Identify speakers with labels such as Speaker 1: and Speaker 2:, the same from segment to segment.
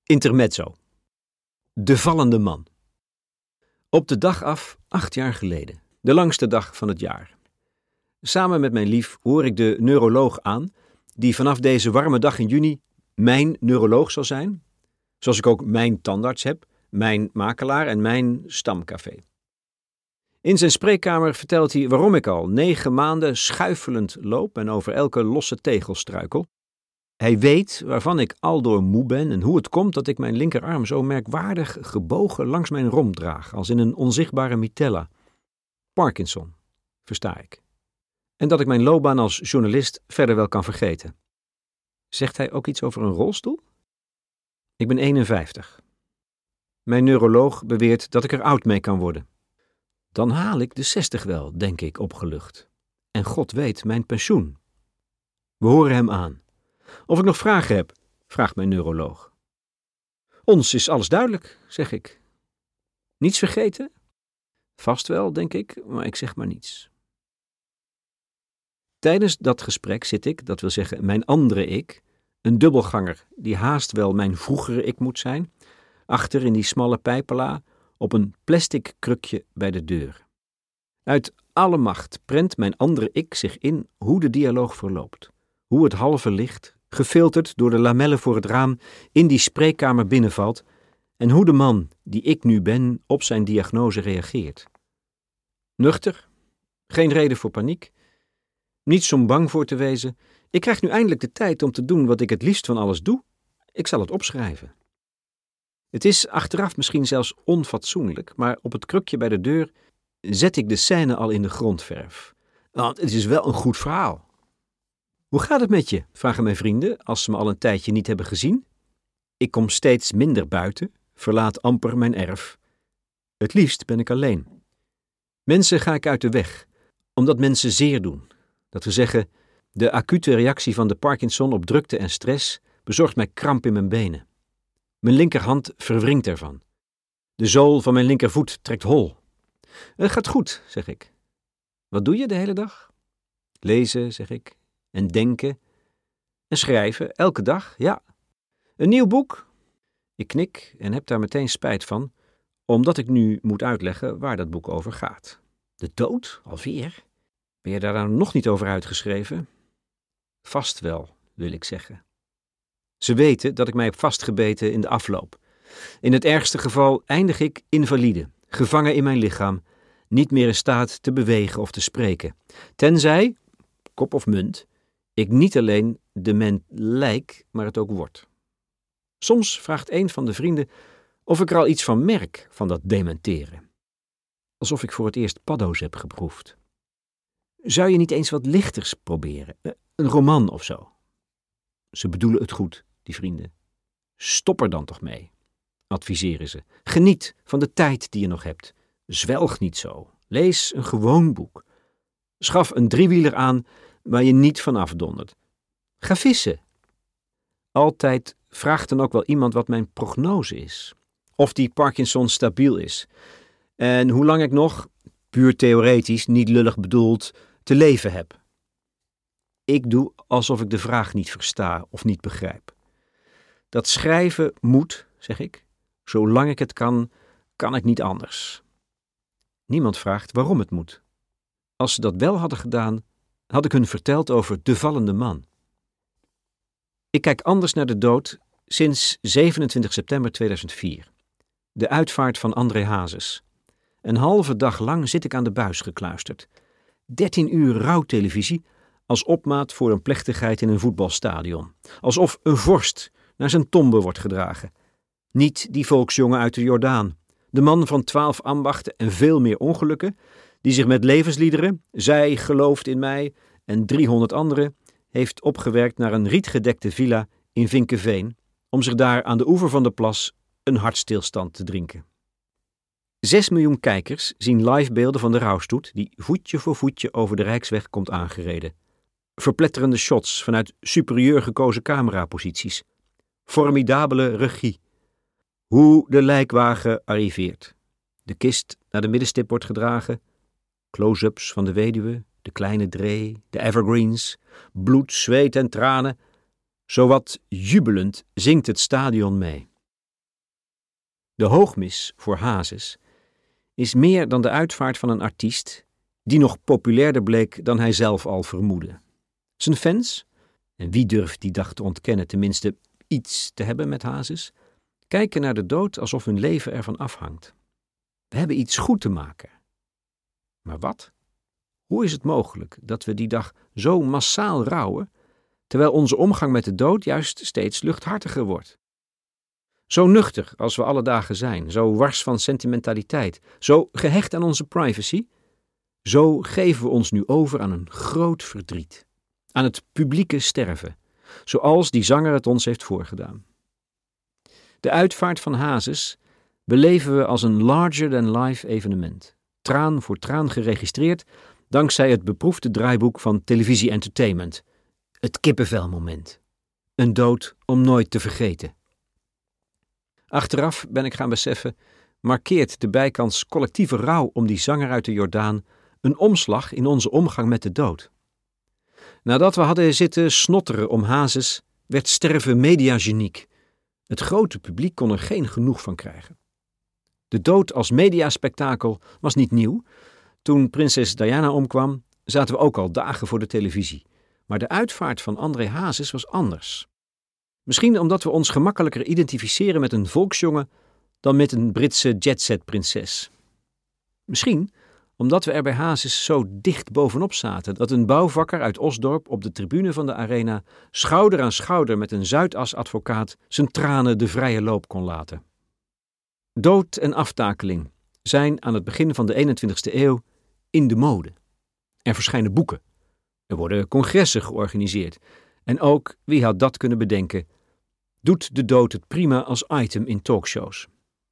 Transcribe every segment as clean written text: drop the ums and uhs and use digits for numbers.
Speaker 1: Intermezzo. De vallende man. Op de dag af, 8 jaar geleden. De langste dag van het jaar. Samen met mijn lief hoor ik de neuroloog aan, die vanaf deze warme dag in juni mijn neuroloog zal zijn, zoals ik ook mijn tandarts heb, mijn makelaar en mijn stamcafé. In zijn spreekkamer vertelt hij waarom ik al 9 maanden schuifelend loop en over elke losse tegel struikel. Hij weet waarvan ik aldoor moe ben en hoe het komt dat ik mijn linkerarm zo merkwaardig gebogen langs mijn romp draag, als in een onzichtbare mitella. Parkinson, versta ik. En dat ik mijn loopbaan als journalist verder wel kan vergeten. Zegt hij ook iets over een rolstoel? Ik ben 51. Mijn neuroloog beweert dat ik er oud mee kan worden. Dan haal ik de 60 wel, denk ik opgelucht. En God weet mijn pensioen. We horen hem aan. Of ik nog vragen heb, vraagt mijn neuroloog. Ons is alles duidelijk, zeg ik. Niets vergeten? Vast wel, denk ik, maar ik zeg maar niets. Tijdens dat gesprek zit ik, dat wil zeggen mijn andere ik, een dubbelganger die haast wel mijn vroegere ik moet zijn, achter in die smalle pijpela op een plastic krukje bij de deur. Uit alle macht prent mijn andere ik zich in hoe de dialoog verloopt, hoe het halve licht, gefilterd door de lamellen voor het raam, in die spreekkamer binnenvalt en hoe de man, die ik nu ben, op zijn diagnose reageert. Nuchter, geen reden voor paniek, niets om bang voor te wezen. Ik krijg nu eindelijk de tijd om te doen wat ik het liefst van alles doe. Ik zal het opschrijven. Het is achteraf misschien zelfs onfatsoenlijk, maar op het krukje bij de deur zet ik de scène al in de grondverf. Want het is wel een goed verhaal. Hoe gaat het met je? Vragen mijn vrienden als ze me al een tijdje niet hebben gezien. Ik kom steeds minder buiten, verlaat amper mijn erf. Het liefst ben ik alleen. Mensen ga ik uit de weg, omdat mensen zeer doen. Dat we zeggen, de acute reactie van de Parkinson op drukte en stress bezorgt mij kramp in mijn benen. Mijn linkerhand verwringt ervan. De zool van mijn linkervoet trekt hol. Het gaat goed, zeg ik. Wat doe je de hele dag? Lezen, zeg ik. En denken. En schrijven, elke dag, ja. Een nieuw boek? Ik knik en heb daar meteen spijt van, omdat ik nu moet uitleggen waar dat boek over gaat. De dood? Alweer? Ben je daar nou nog niet over uitgeschreven? Vast wel, wil ik zeggen. Ze weten dat ik mij heb vastgebeten in de afloop. In het ergste geval eindig ik invalide, gevangen in mijn lichaam, niet meer in staat te bewegen of te spreken. Tenzij, kop of munt, ik niet alleen dement lijk, maar het ook word. Soms vraagt een van de vrienden of ik er al iets van merk, van dat dementeren. Alsof ik voor het eerst paddo's heb geproefd. Zou je niet eens wat lichters proberen? Een roman of zo? Ze bedoelen het goed, die vrienden. Stop er dan toch mee, adviseren ze. Geniet van de tijd die je nog hebt. Zwelg niet zo. Lees een gewoon boek. Schaf een driewieler aan waar je niet van afdondert. Ga vissen. Altijd vraagt dan ook wel iemand wat mijn prognose is. Of die Parkinson stabiel is. En hoe lang ik nog, puur theoretisch, niet lullig bedoeld, te leven heb. Ik doe alsof ik de vraag niet versta of niet begrijp. Dat schrijven moet, zeg ik. Zolang ik het kan, kan ik niet anders. Niemand vraagt waarom het moet. Als ze dat wel hadden gedaan, had ik hun verteld over de vallende man. Ik kijk anders naar de dood sinds 27 september 2004. De uitvaart van André Hazes. Een halve dag lang zit ik aan de buis gekluisterd. 13 uur rouwtelevisie als opmaat voor een plechtigheid in een voetbalstadion. Alsof een vorst naar zijn tombe wordt gedragen. Niet die volksjongen uit de Jordaan. De man van 12 ambachten en veel meer ongelukken, die zich met levensliederen, zij gelooft in mij en 300 anderen, heeft opgewerkt naar een rietgedekte villa in Vinkeveen, om zich daar aan de oever van de plas een hartstilstand te drinken. 6 miljoen kijkers zien livebeelden van de rouwstoet die voetje voor voetje over de Rijksweg komt aangereden. Verpletterende shots vanuit superieur gekozen cameraposities. Formidabele regie. Hoe de lijkwagen arriveert. De kist naar de middenstip wordt gedragen. Close-ups van de weduwe, de kleine dree, de evergreens. Bloed, zweet en tranen. Zowat jubelend zingt het stadion mee. De hoogmis voor Hazes is meer dan de uitvaart van een artiest die nog populairder bleek dan hij zelf al vermoedde. Zijn fans, en wie durft die dag te ontkennen tenminste iets te hebben met Hazes, kijken naar de dood alsof hun leven ervan afhangt. We hebben iets goed te maken. Maar wat? Hoe is het mogelijk dat we die dag zo massaal rouwen, terwijl onze omgang met de dood juist steeds luchthartiger wordt? Zo nuchter als we alle dagen zijn, zo wars van sentimentaliteit, zo gehecht aan onze privacy, zo geven we ons nu over aan een groot verdriet, aan het publieke sterven, zoals die zanger het ons heeft voorgedaan. De uitvaart van Hazes beleven we als een larger-than-life evenement, traan voor traan geregistreerd, dankzij het beproefde draaiboek van televisie entertainment, het kippenvelmoment, een dood om nooit te vergeten. Achteraf ben ik gaan beseffen, markeert de bijkans collectieve rouw om die zanger uit de Jordaan een omslag in onze omgang met de dood. Nadat we hadden zitten snotteren om Hazes, werd sterven mediageniek. Het grote publiek kon er geen genoeg van krijgen. De dood als mediaspectakel was niet nieuw. Toen prinses Diana omkwam, zaten we ook al dagen voor de televisie. Maar de uitvaart van André Hazes was anders. Misschien omdat we ons gemakkelijker identificeren met een volksjongen dan met een Britse jetset-prinses. Misschien omdat we er bij Hazes zo dicht bovenop zaten dat een bouwvakker uit Osdorp op de tribune van de arena schouder aan schouder met een Zuidas-advocaat zijn tranen de vrije loop kon laten. Dood en aftakeling zijn aan het begin van de 21ste eeuw in de mode. Er verschijnen boeken. Er worden congressen georganiseerd. En ook, wie had dat kunnen bedenken, doet de dood het prima als item in talkshows.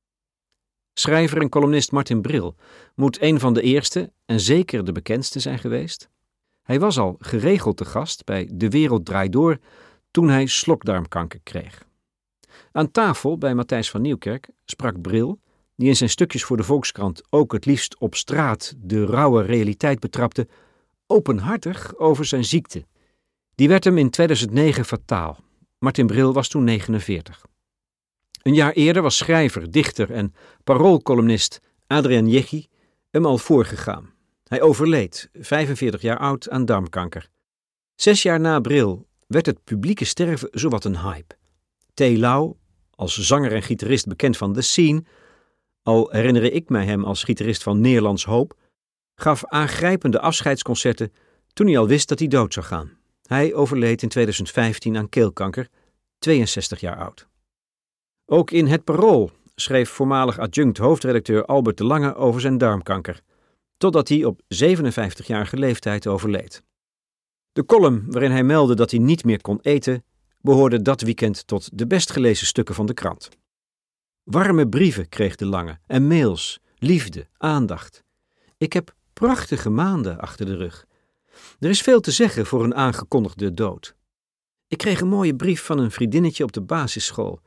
Speaker 1: Schrijver en columnist Martin Bril moet een van de eerste en zeker de bekendste zijn geweest. Hij was al geregeld te gast bij De Wereld Draait Door toen hij slokdarmkanker kreeg. Aan tafel bij Matthijs van Nieuwkerk sprak Bril, die in zijn stukjes voor de Volkskrant ook het liefst op straat de rauwe realiteit betrapte, openhartig over zijn ziekte. Die werd hem in 2009 fataal. Martin Bril was toen 49. Een jaar eerder was schrijver, dichter en paroolcolumnist Adriaan Jeggi hem al voorgegaan. Hij overleed, 45 jaar oud, aan darmkanker. 6 jaar na Bril werd het publieke sterven zowat een hype. T. Lau, als zanger en gitarist bekend van The Scene, al herinner ik mij hem als gitarist van Neerlands Hoop, gaf aangrijpende afscheidsconcerten toen hij al wist dat hij dood zou gaan. Hij overleed in 2015 aan keelkanker, 62 jaar oud. Ook in Het Parool schreef voormalig adjunct hoofdredacteur Albert de Lange over zijn darmkanker, totdat hij op 57-jarige leeftijd overleed. De column waarin hij meldde dat hij niet meer kon eten, behoorde dat weekend tot de best gelezen stukken van de krant. Warme brieven kreeg de Lange en mails, liefde, aandacht. Ik heb prachtige maanden achter de rug. Er is veel te zeggen voor een aangekondigde dood. Ik kreeg een mooie brief van een vriendinnetje op de basisschool.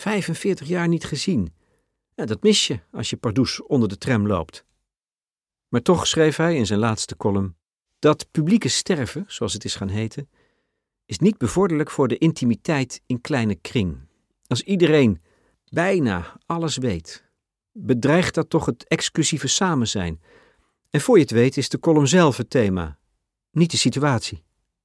Speaker 1: 45 jaar niet gezien. Ja, dat mis je als je pardoes onder de tram loopt. Maar toch schreef hij in zijn laatste column: dat publieke sterven, zoals het is gaan heten, is niet bevorderlijk voor de intimiteit in kleine kring. Als iedereen bijna alles weet, bedreigt dat toch het exclusieve samen zijn. En voor je het weet is de column zelf het thema, niet de situatie.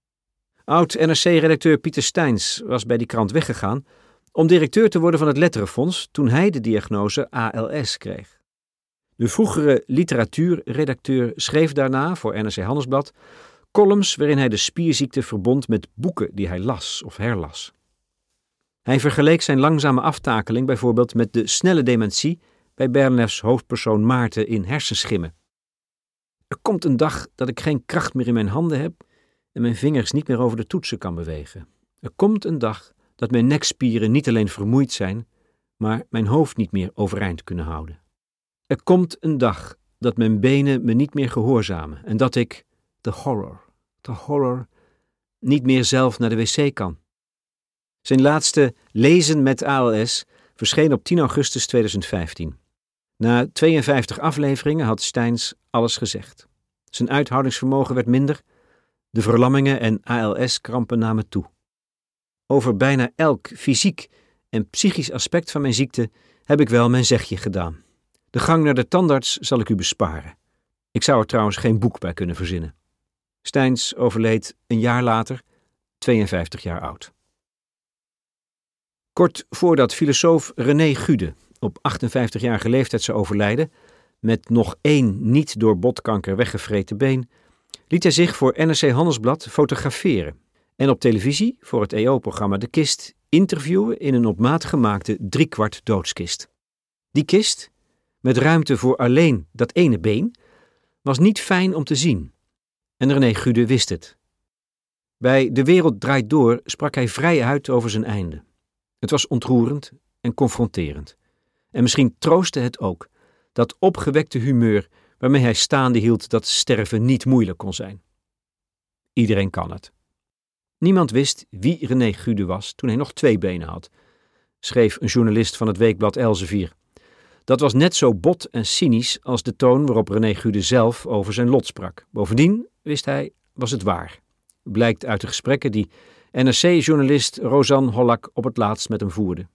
Speaker 1: Oud-NRC-redacteur Pieter Steins was bij die krant weggegaan om directeur te worden van het Letterenfonds toen hij de diagnose ALS kreeg. De vroegere literatuurredacteur schreef daarna voor NRC Handelsblad columns waarin hij de spierziekte verbond met boeken die hij las of herlas. Hij vergeleek zijn langzame aftakeling bijvoorbeeld met de snelle dementie bij Bernlefs hoofdpersoon Maarten in Hersenschimmen. Er komt een dag dat ik geen kracht meer in mijn handen heb en mijn vingers niet meer over de toetsen kan bewegen. Er komt een dag dat mijn nekspieren niet alleen vermoeid zijn, maar mijn hoofd niet meer overeind kunnen houden. Er komt een dag dat mijn benen me niet meer gehoorzamen en dat ik, de horror, niet meer zelf naar de wc kan. Zijn laatste Lezen met ALS verscheen op 10 augustus 2015. Na 52 afleveringen had Steins alles gezegd. Zijn uithoudingsvermogen werd minder, de verlammingen en ALS-krampen namen toe. Over bijna elk fysiek en psychisch aspect van mijn ziekte heb ik wel mijn zegje gedaan. De gang naar de tandarts zal ik u besparen. Ik zou er trouwens geen boek bij kunnen verzinnen. Steins overleed een jaar later, 52 jaar oud. Kort voordat filosoof René Gude op 58-jarige leeftijd zou overlijden, met nog 1 niet door botkanker weggevreten been, liet hij zich voor NRC Handelsblad fotograferen en op televisie voor het EO-programma De Kist interviewen in een op maat gemaakte 3/4 doodskist. Die kist, met ruimte voor alleen dat ene been, was niet fijn om te zien. En René Gude wist het. Bij De Wereld Draait Door sprak hij vrij uit over zijn einde. Het was ontroerend en confronterend. En misschien troostte het ook, dat opgewekte humeur waarmee hij staande hield dat sterven niet moeilijk kon zijn. Iedereen kan het. Niemand wist wie René Gude was toen hij nog 2 benen had, schreef een journalist van het weekblad Elsevier. Dat was net zo bot en cynisch als de toon waarop René Gude zelf over zijn lot sprak. Bovendien, wist hij, was het waar. Blijkt uit de gesprekken die NRC-journalist Rosanne Hollak op het laatst met hem voerde.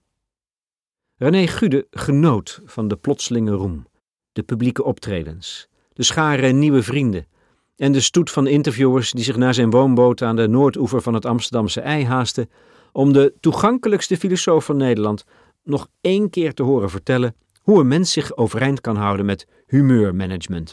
Speaker 1: René Gude genoot van de plotselinge roem, de publieke optredens, de schare nieuwe vrienden en de stoet van interviewers die zich naar zijn woonboot aan de noordoever van het Amsterdamse IJ haasten om de toegankelijkste filosoof van Nederland nog 1 keer te horen vertellen hoe een mens zich overeind kan houden met humeurmanagement.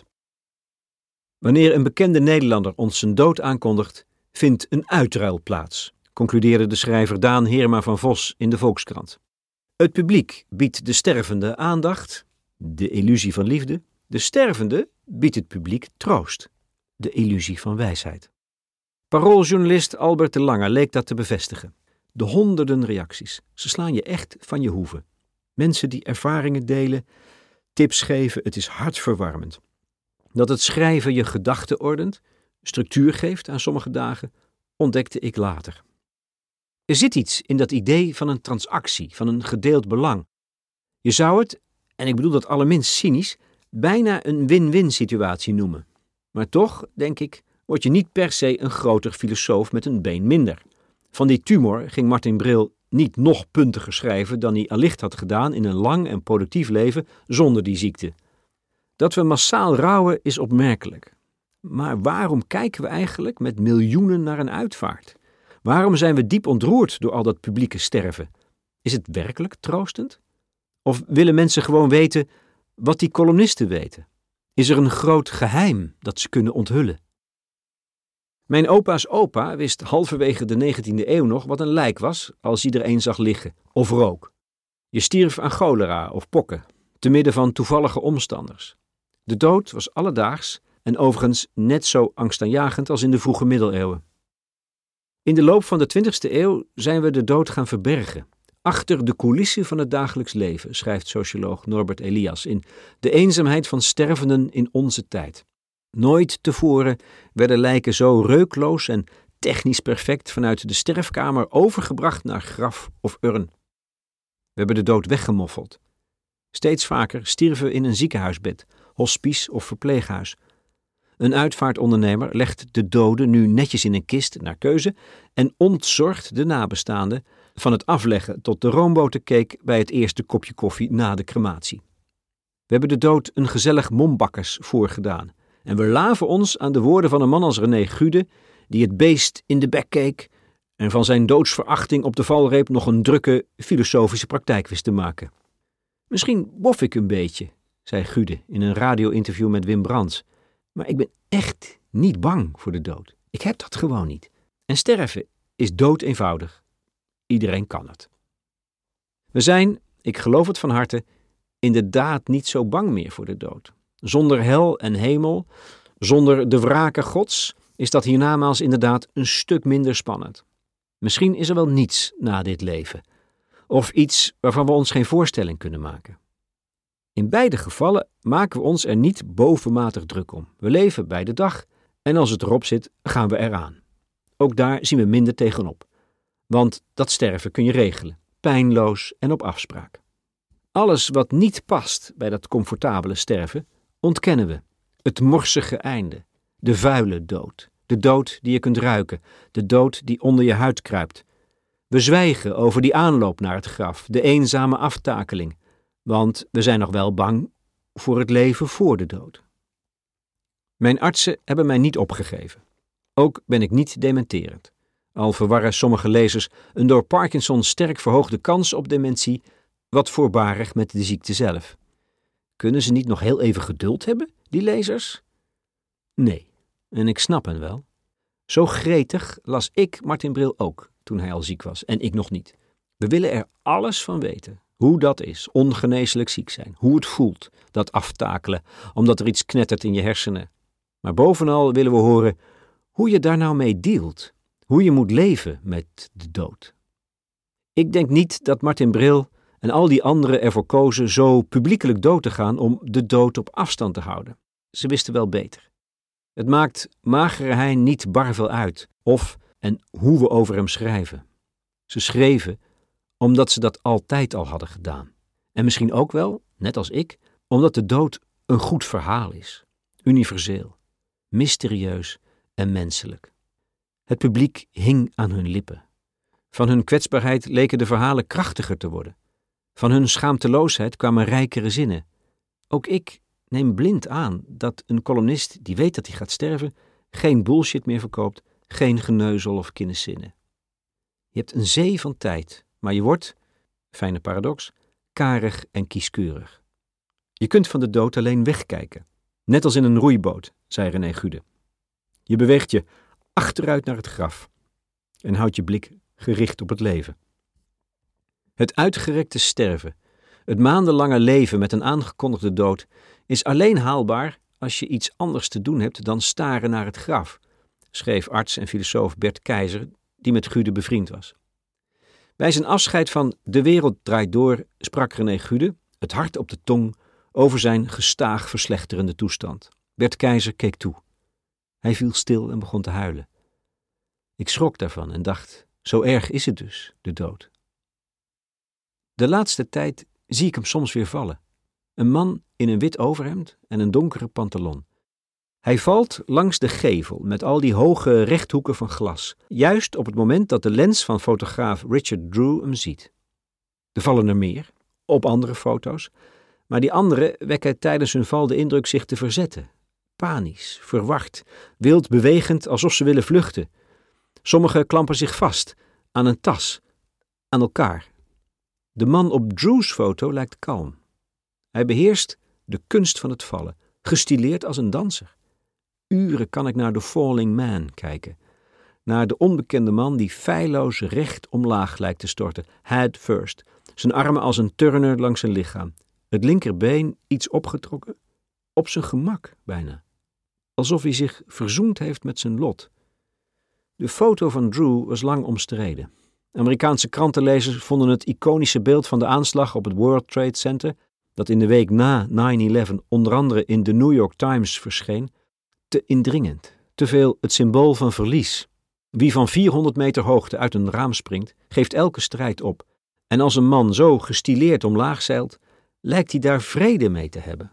Speaker 1: Wanneer een bekende Nederlander ons zijn dood aankondigt, vindt een uitruil plaats, concludeerde de schrijver Daan Heerma van Vos in de Volkskrant. Het publiek biedt de stervende aandacht, de illusie van liefde. De stervende biedt het publiek troost, de illusie van wijsheid. Parooljournalist Albert de Lange leek dat te bevestigen. De honderden reacties, ze slaan je echt van je hoeven. Mensen die ervaringen delen, tips geven, het is hartverwarmend. Dat het schrijven je gedachten ordent, structuur geeft aan sommige dagen, ontdekte ik later. Er zit iets in dat idee van een transactie, van een gedeeld belang. Je zou het, en ik bedoel dat allerminst cynisch, bijna een win-win situatie noemen. Maar toch, denk ik, word je niet per se een groter filosoof met een been minder. Van die tumor ging Martin Bril niet nog puntiger schrijven dan hij allicht had gedaan in een lang en productief leven zonder die ziekte. Dat we massaal rouwen is opmerkelijk. Maar waarom kijken we eigenlijk met miljoenen naar een uitvaart? Waarom zijn we diep ontroerd door al dat publieke sterven? Is het werkelijk troostend? Of willen mensen gewoon weten wat die columnisten weten? Is er een groot geheim dat ze kunnen onthullen? Mijn opa's opa wist halverwege de 19e eeuw nog wat een lijk was als hij er een zag liggen, of rook. Je stierf aan cholera of pokken, te midden van toevallige omstanders. De dood was alledaags en overigens net zo angstaanjagend als in de vroege middeleeuwen. In de loop van de 20e eeuw zijn we de dood gaan verbergen. Achter de coulissen van het dagelijks leven, schrijft socioloog Norbert Elias in De eenzaamheid van stervenden in onze tijd. Nooit tevoren werden lijken zo reukloos en technisch perfect vanuit de sterfkamer overgebracht naar graf of urn. We hebben de dood weggemoffeld. Steeds vaker stierven we in een ziekenhuisbed, hospice of verpleeghuis. Een uitvaartondernemer legt de dode nu netjes in een kist naar keuze en ontzorgt de nabestaanden van het afleggen tot de roombotercake bij het eerste kopje koffie na de crematie. We hebben de dood een gezellig mombakkers voorgedaan en we laven ons aan de woorden van een man als René Gude, die het beest in de bek keek en van zijn doodsverachting op de valreep nog een drukke filosofische praktijk wist te maken. Misschien bof ik een beetje, zei Gude in een radio-interview met Wim Brands, maar ik ben echt niet bang voor de dood. Ik heb dat gewoon niet. En sterven is doodeenvoudig. Iedereen kan het. We zijn, ik geloof het van harte, inderdaad niet zo bang meer voor de dood. Zonder hel en hemel, zonder de wraken Gods, is dat hiernamaals inderdaad een stuk minder spannend. Misschien is er wel niets na dit leven, of iets waarvan we ons geen voorstelling kunnen maken. In beide gevallen maken we ons er niet bovenmatig druk om. We leven bij de dag en als het erop zit, gaan we eraan. Ook daar zien we minder tegenop. Want dat sterven kun je regelen, pijnloos en op afspraak. Alles wat niet past bij dat comfortabele sterven, ontkennen we. Het morsige einde, de vuile dood, de dood die je kunt ruiken, de dood die onder je huid kruipt. We zwijgen over die aanloop naar het graf, de eenzame aftakeling, want we zijn nog wel bang voor het leven voor de dood. Mijn artsen hebben mij niet opgegeven. Ook ben ik niet dementerend. Al verwarren sommige lezers een door Parkinson sterk verhoogde kans op dementie wat voorbarig met de ziekte zelf. Kunnen ze niet nog heel even geduld hebben, die lezers? Nee, en ik snap hen wel. Zo gretig las ik Martin Bril ook, toen hij al ziek was, en ik nog niet. We willen er alles van weten. Hoe dat is, ongeneeslijk ziek zijn. Hoe het voelt, dat aftakelen, omdat er iets knettert in je hersenen. Maar bovenal willen we horen hoe je daar nou mee dealt. Hoe je moet leven met de dood. Ik denk niet dat Martin Bril en al die anderen ervoor kozen zo publiekelijk dood te gaan om de dood op afstand te houden. Ze wisten wel beter. Het maakt magere hein niet bar veel uit, of en hoe we over hem schrijven. Ze schreven omdat ze dat altijd al hadden gedaan. En misschien ook wel, net als ik, omdat de dood een goed verhaal is. Universeel, mysterieus en menselijk. Het publiek hing aan hun lippen. Van hun kwetsbaarheid leken de verhalen krachtiger te worden. Van hun schaamteloosheid kwamen rijkere zinnen. Ook ik neem blind aan dat een columnist die weet dat hij gaat sterven geen bullshit meer verkoopt, geen geneuzel of kinderzinnen. Je hebt een zee van tijd, maar je wordt, fijne paradox, karig en kieskeurig. Je kunt van de dood alleen wegkijken, net als in een roeiboot, zei René Gude. Je beweegt je achteruit naar het graf en houdt je blik gericht op het leven. Het uitgerekte sterven, het maandenlange leven met een aangekondigde dood, is alleen haalbaar als je iets anders te doen hebt dan staren naar het graf, schreef arts en filosoof Bert Keizer, die met Gude bevriend was. Bij zijn afscheid van De Wereld Draait Door sprak René Gude, het hart op de tong, over zijn gestaag verslechterende toestand. Bert Keizer keek toe. Hij viel stil en begon te huilen. Ik schrok daarvan en dacht, zo erg is het dus, de dood. De laatste tijd zie ik hem soms weer vallen. Een man in een wit overhemd en een donkere pantalon. Hij valt langs de gevel met al die hoge rechthoeken van glas, juist op het moment dat de lens van fotograaf Richard Drew hem ziet. Er vallen er meer, op andere foto's, maar die anderen wekken tijdens hun val de indruk zich te verzetten. Panisch, verward, wild bewegend alsof ze willen vluchten. Sommigen klampen zich vast, aan een tas, aan elkaar. De man op Drew's foto lijkt kalm. Hij beheerst de kunst van het vallen, gestileerd als een danser. Uren kan ik naar The Falling Man kijken. Naar de onbekende man die feilloos recht omlaag lijkt te storten, head first. Zijn armen als een turner langs zijn lichaam. Het linkerbeen iets opgetrokken, op zijn gemak bijna. Alsof hij zich verzoend heeft met zijn lot. De foto van Drew was lang omstreden. Amerikaanse krantenlezers vonden het iconische beeld van de aanslag op het World Trade Center, dat in de week na 9/11 onder andere in de New York Times verscheen, te indringend, te veel het symbool van verlies. Wie van 400 meter hoogte uit een raam springt, geeft elke strijd op. En als een man zo gestileerd omlaag zeilt, lijkt hij daar vrede mee te hebben.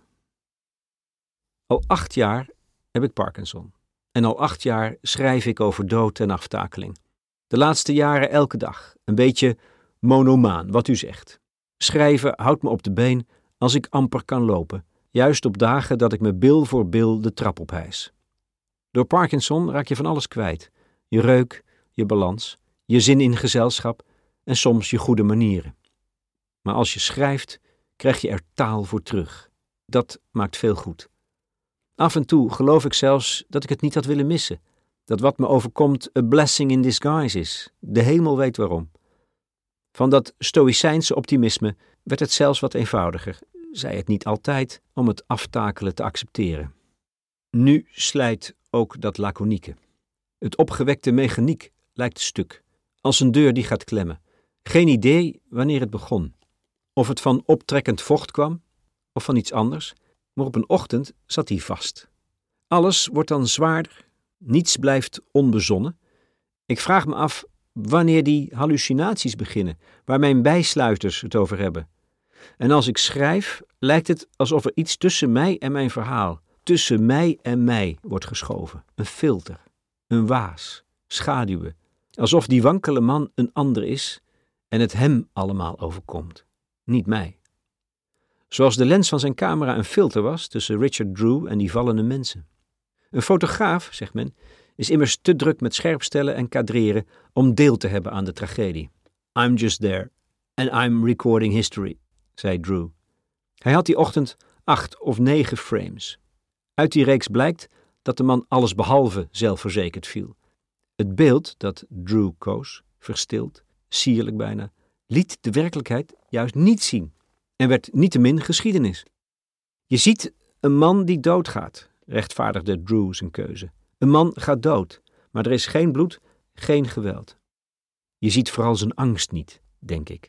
Speaker 1: Al 8 jaar heb ik Parkinson. En al 8 jaar schrijf ik over dood en aftakeling. De laatste jaren elke dag, een beetje monomaan, wat u zegt. Schrijven houdt me op de been als ik amper kan lopen, juist op dagen dat ik me bil voor bil de trap ophijs. Door Parkinson raak je van alles kwijt. Je reuk, je balans, je zin in gezelschap en soms je goede manieren. Maar als je schrijft, krijg je er taal voor terug. Dat maakt veel goed. Af en toe geloof ik zelfs dat ik het niet had willen missen. Dat wat me overkomt a blessing in disguise is. De hemel weet waarom. Van dat stoïcijnse optimisme werd het zelfs wat eenvoudiger, zei het niet altijd, om het aftakelen te accepteren. Nu slijt ook dat laconieke. Het opgewekte mechaniek lijkt stuk, als een deur die gaat klemmen. Geen idee wanneer het begon. Of het van optrekkend vocht kwam, of van iets anders, maar op een ochtend zat hij vast. Alles wordt dan zwaarder, niets blijft onbezonnen. Ik vraag me af wanneer die hallucinaties beginnen, waar mijn bijsluiters het over hebben. En als ik schrijf, lijkt het alsof er iets tussen mij en mijn verhaal, tussen mij en mij wordt geschoven. Een filter, een waas, schaduwen, Alsof die wankele man een ander is en het hem allemaal overkomt, niet mij. Zoals de lens van zijn camera een filter was tussen Richard Drew en die vallende mensen. Een fotograaf, zegt men, is immers te druk met scherpstellen en kadreren om deel te hebben aan de tragedie. I'm just there and I'm recording history, zei Drew. Hij had die ochtend 8 of 9 frames. Uit die reeks blijkt dat de man allesbehalve zelfverzekerd viel. Het beeld dat Drew koos, verstild, sierlijk bijna, liet de werkelijkheid juist niet zien en werd niettemin geschiedenis. Je ziet een man die doodgaat, rechtvaardigde Drew zijn keuze. Een man gaat dood, maar er is geen bloed, geen geweld. Je ziet vooral zijn angst niet, denk ik.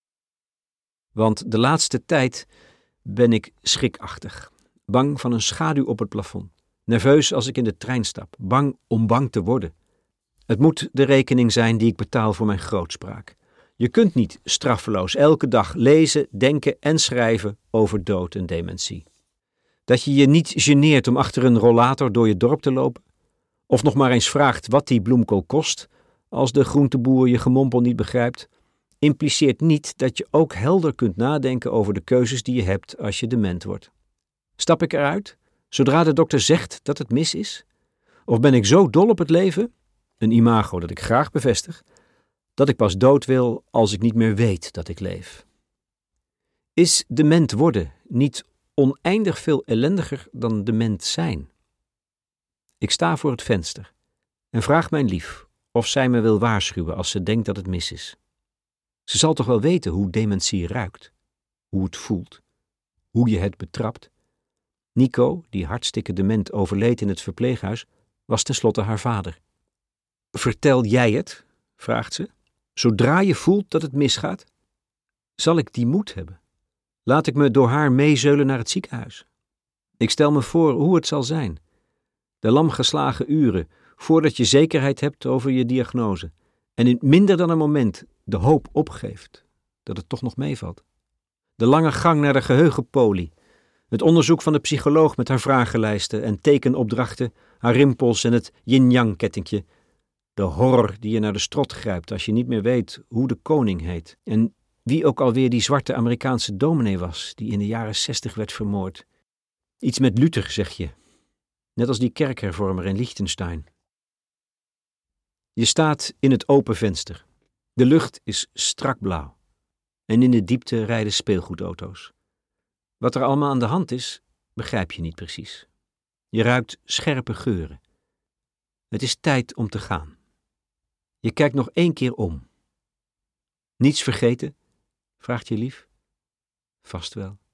Speaker 1: Want de laatste tijd ben ik schrikachtig, bang van een schaduw op het plafond, nerveus als ik in de trein stap, bang om bang te worden. Het moet de rekening zijn die ik betaal voor mijn grootspraak. Je kunt niet straffeloos elke dag lezen, denken en schrijven over dood en dementie. Dat je je niet geneert om achter een rollator door je dorp te lopen, of nog maar eens vraagt wat die bloemkool kost, als de groenteboer je gemompel niet begrijpt, impliceert niet dat je ook helder kunt nadenken over de keuzes die je hebt als je dement wordt. Stap ik eruit, zodra de dokter zegt dat het mis is? Of ben ik zo dol op het leven, een imago dat ik graag bevestig, dat ik pas dood wil als ik niet meer weet dat ik leef? Is dement worden niet oneindig veel ellendiger dan dement zijn? Ik sta voor het venster en vraag mijn lief of zij me wil waarschuwen als ze denkt dat het mis is. Ze zal toch wel weten hoe dementie ruikt, hoe het voelt, hoe je het betrapt. Nico, die hartstikke dement overleed in het verpleeghuis, was tenslotte haar vader. Vertel jij het, vraagt ze, zodra je voelt dat het misgaat? Zal ik die moed hebben? Laat ik me door haar meezeulen naar het ziekenhuis? Ik stel me voor hoe het zal zijn. De lamgeslagen uren, voordat je zekerheid hebt over je diagnose, en in minder dan een moment de hoop opgeeft dat het toch nog meevalt. De lange gang naar de geheugenpolie, het onderzoek van de psycholoog met haar vragenlijsten en tekenopdrachten, haar rimpels en het yin-yang kettingje, de horror die je naar de strot grijpt als je niet meer weet hoe de koning heet en wie ook alweer die zwarte Amerikaanse dominee was die in de jaren 60 werd vermoord. Iets met Luther, zeg je, net als die kerkhervormer in Liechtenstein. Je staat in het open venster. De lucht is strak blauw en in de diepte rijden speelgoedauto's. Wat er allemaal aan de hand is, begrijp je niet precies. Je ruikt scherpe geuren. Het is tijd om te gaan. Je kijkt nog 1 keer om. Niets vergeten? Vraagt je lief. Vast wel.